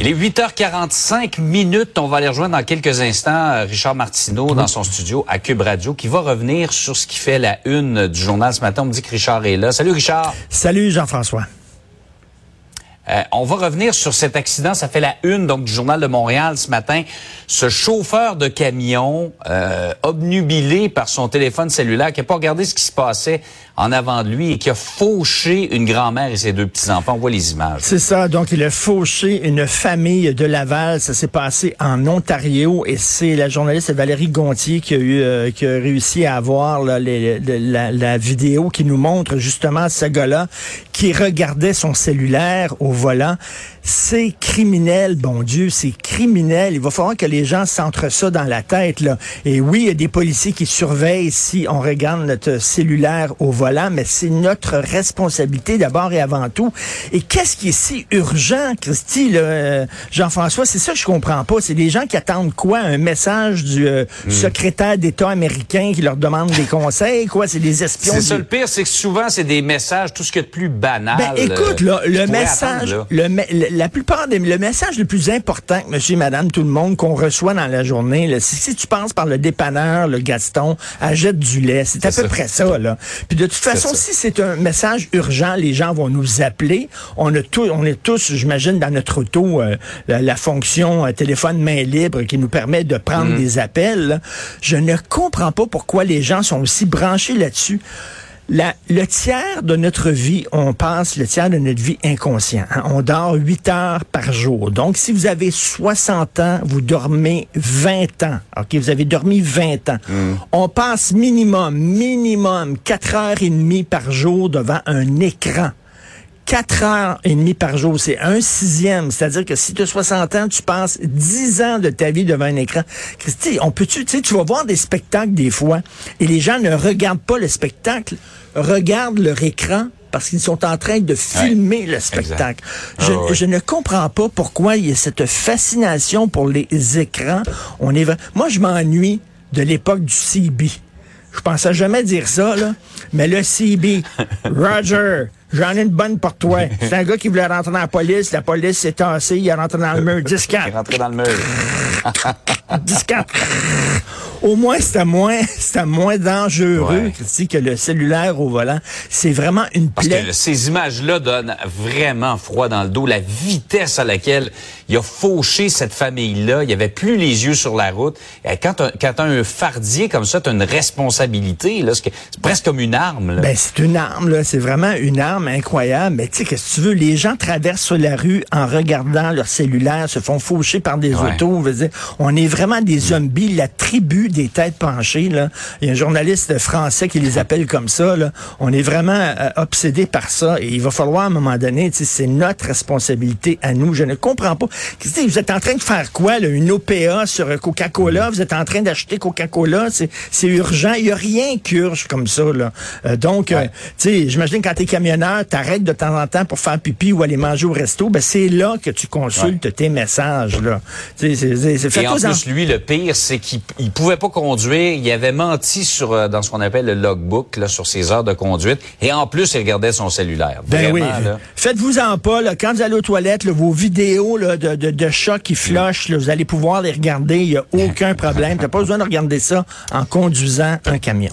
Il est 8h45. On va aller rejoindre dans quelques instants Richard Martineau dans son studio à Cube Radio qui va revenir sur ce qui fait la une du journal ce matin. On me dit que Richard est là. Salut Richard. Salut Jean-François. On va revenir sur cet accident. Ça fait la une donc du Journal de Montréal ce matin. Ce chauffeur de camion obnubilé par son téléphone cellulaire qui n'a pas regardé ce qui se passait en avant de lui et qui a fauché une grand-mère et ses deux petits-enfants. On voit les images. C'est ça. Donc, il a fauché une famille de Laval. Ça s'est passé en Ontario et c'est la journaliste Valérie Gontier qui a réussi à avoir là, la vidéo qui nous montre justement ce gars-là qui regardait son cellulaire au volant. C'est criminel, bon Dieu, c'est criminel. Il va falloir que les gens s'entrent ça dans la tête, là. Et oui, il y a des policiers qui surveillent si on regarde notre cellulaire au volant, mais c'est notre responsabilité d'abord et avant tout. Et qu'est-ce qui est si urgent, Christy, là, Jean-François? C'est ça que je comprends pas. C'est des gens qui attendent quoi? Un message du secrétaire d'État américain qui leur demande des conseils? Quoi? C'est des espions? C'est ça, le pire, c'est que souvent, c'est des messages, tout ce qu'il y a de plus banal. Ben, écoute, là, le message, la plupart le message le plus important que monsieur et madame, tout le monde, qu'on reçoit dans la journée, là, si tu passes par le dépanneur, le Gaston, achète du lait, c'est à peu près ça, là. Puis de toute façon, si c'est un message urgent, les gens vont nous appeler. On est tous, j'imagine, dans notre auto, la fonction téléphone main libre qui nous permet de prendre des appels, là. Je ne comprends pas pourquoi les gens sont aussi branchés là-dessus. Le tiers de notre vie, on passe le tiers de notre vie inconscient. Hein? On dort 8 heures par jour. Donc, si vous avez 60 ans, vous dormez 20 ans. OK, vous avez dormi 20 ans. On passe minimum 4h30 par jour devant un écran. 4h30 par jour, c'est 1/6. C'est-à-dire que si tu as 60 ans, tu passes 10 ans de ta vie devant un écran. Christy, tu vas voir des spectacles des fois, et les gens ne regardent pas le spectacle, regardent leur écran parce qu'ils sont en train de filmer le spectacle. Je ne comprends pas pourquoi il y a cette fascination pour les écrans. Moi, je m'ennuie de l'époque du CB. Je pensais jamais dire ça, là. Mais le CB, Roger, j'en ai une bonne pour toi. C'est un gars qui voulait rentrer dans la police s'est tassée, il est rentré dans le mur. 10-4. Il est rentré dans le mur. 10-4. Au moins, c'était moins dangereux que le cellulaire au volant. C'est vraiment une plaie. Parce que ces images-là donnent vraiment froid dans le dos. La vitesse à laquelle il a fauché cette famille-là, il n'y avait plus les yeux sur la route. Et quand t'as un fardier comme ça, t'as une responsabilité. Là, c'est presque comme une arme. Là. Ben, c'est une arme. Là. C'est vraiment une arme incroyable. Mais tu sais, qu'est-ce que tu veux? Les gens traversent sur la rue en regardant leur cellulaire, se font faucher par des autos. On est vraiment des zombies. La tribu des têtes penchées, là. Il y a un journaliste français qui les appelle comme ça, là. On est vraiment obsédé par ça et il va falloir à un moment donné, c'est notre responsabilité à nous. Je ne comprends pas. Vous êtes en train de faire quoi, là? Une OPA sur Coca-Cola? Vous êtes en train d'acheter Coca-Cola? C'est urgent. Il n'y a rien qui urge comme ça, là. J'imagine quand t'es camionneur, t'arrêtes de temps en temps pour faire pipi ou aller manger au resto, ben c'est là que tu consultes tes messages, là. Et en plus, lui, le pire, c'est qu'il pouvait pas conduire. Il avait menti dans ce qu'on appelle le logbook, là, sur ses heures de conduite. Et en plus, il regardait son cellulaire. Ben vraiment, oui. Là. Faites-vous-en pas, là. Quand vous allez aux toilettes, là, vos vidéos là, de chats qui flushent, là, vous allez pouvoir les regarder. Il n'y a aucun problème. T'as pas besoin de regarder ça en conduisant un camion.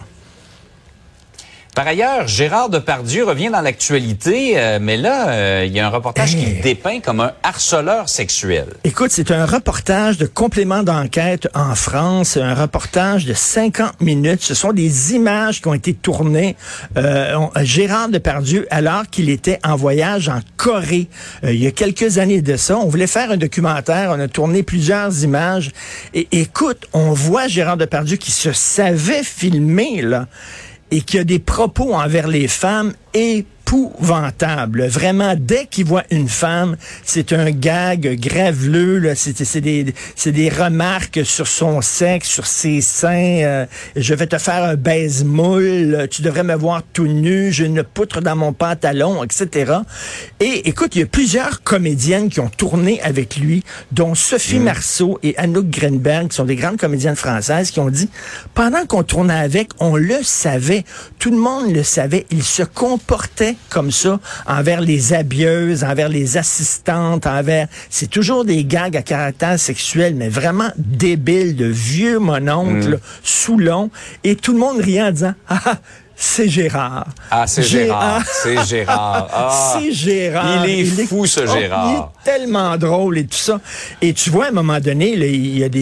Par ailleurs, Gérard Depardieu revient dans l'actualité, mais là, il y a un reportage qui le dépeint comme un harceleur sexuel. Écoute, c'est un reportage de complément d'enquête en France, un reportage de 50 minutes. Ce sont des images qui ont été tournées. Gérard Depardieu, alors qu'il était en voyage en Corée, il y a quelques années de ça, on voulait faire un documentaire, on a tourné plusieurs images. Et écoute, on voit Gérard Depardieu qui se savait filmer, là, et qui a des propos envers les femmes épouvantable. Vraiment, dès qu'il voit une femme, c'est un gag graveleux, là. C'est des remarques sur son sexe, sur ses seins. Je vais te faire un baise-moule. Tu devrais me voir tout nu. J'ai une poutre dans mon pantalon, etc. Et écoute, il y a plusieurs comédiennes qui ont tourné avec lui, dont Sophie Marceau et Anouk Greenberg, qui sont des grandes comédiennes françaises, qui ont dit, pendant qu'on tournait avec, on le savait. Tout le monde le savait. Il se comportait comme ça envers les habilleuses, envers les assistantes, c'est toujours des gags à caractère sexuel, mais vraiment débiles, de vieux mononcles, Soulon, et tout le monde riait en disant, c'est Gérard. Ah, c'est Gérard. C'est Gérard. Ah, c'est Gérard. Il est fou, ce Gérard. Il est tellement drôle et tout ça. Et tu vois, à un moment donné, là,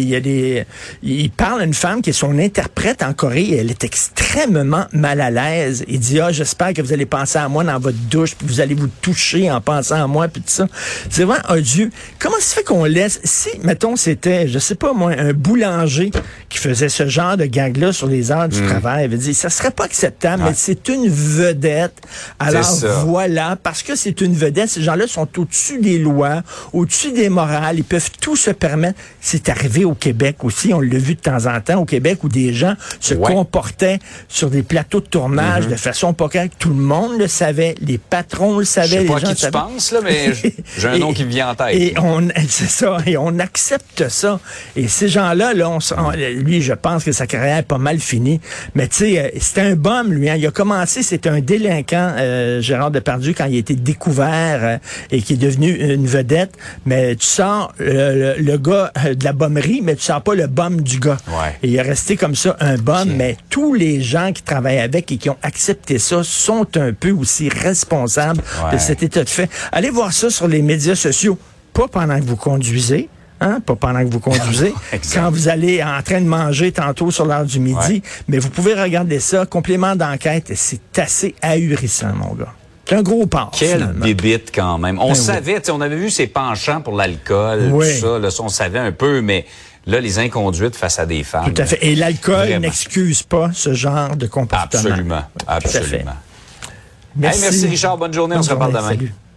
il parle à une femme qui est son interprète en Corée et elle est extrêmement mal à l'aise. Il dit, j'espère que vous allez penser à moi dans votre douche, puis vous allez vous toucher en pensant à moi, puis tout ça. C'est vraiment odieux. Comment se fait qu'on laisse, si, mettons, c'était, je sais pas moi, un boulanger qui faisait ce genre de gag-là sur les heures du travail, il veut dire, ça serait pas acceptable. Mais c'est une vedette. Alors voilà, parce que c'est une vedette, ces gens-là sont au-dessus des lois, au-dessus des morales, ils peuvent tout se permettre. C'est arrivé au Québec aussi, on l'a vu de temps en temps au Québec, où des gens se comportaient sur des plateaux de tournage de façon pas correcte. Tout le monde le savait, les patrons le savaient, les gens le savaient. Je sais pas à qui tu penses, là, mais j'ai un nom qui me vient en tête. Et c'est ça, et on accepte ça. Et ces gens-là, lui, je pense que sa carrière est pas mal finie. Mais tu sais, c'était un bum, lui. Il a commencé, c'était un délinquant, Gérard Depardieu, quand il a été découvert et qui est devenu une vedette. Mais tu sors le gars de la bomberie, mais tu sors pas le bum du gars. Ouais. Et il est resté comme ça, un bum. Mais tous les gens qui travaillent avec et qui ont accepté ça sont un peu aussi responsables de cet état de fait. Allez voir ça sur les médias sociaux. Pas pendant que vous conduisez. Pas pendant que vous conduisez, quand vous allez en train de manger tantôt sur l'heure du midi, mais vous pouvez regarder ça, complément d'enquête, c'est assez ahurissant, mon gars. C'est un gros pas. Quelle bébite quand même. On savait, on avait vu ses penchants pour l'alcool, tout ça, là, on savait un peu, mais là, les inconduites face à des femmes. Tout à fait. Et l'alcool n'excuse pas ce genre de comportement. Absolument. Absolument. Merci. Hey, merci Richard, bonne journée, on se reparle demain. Salut.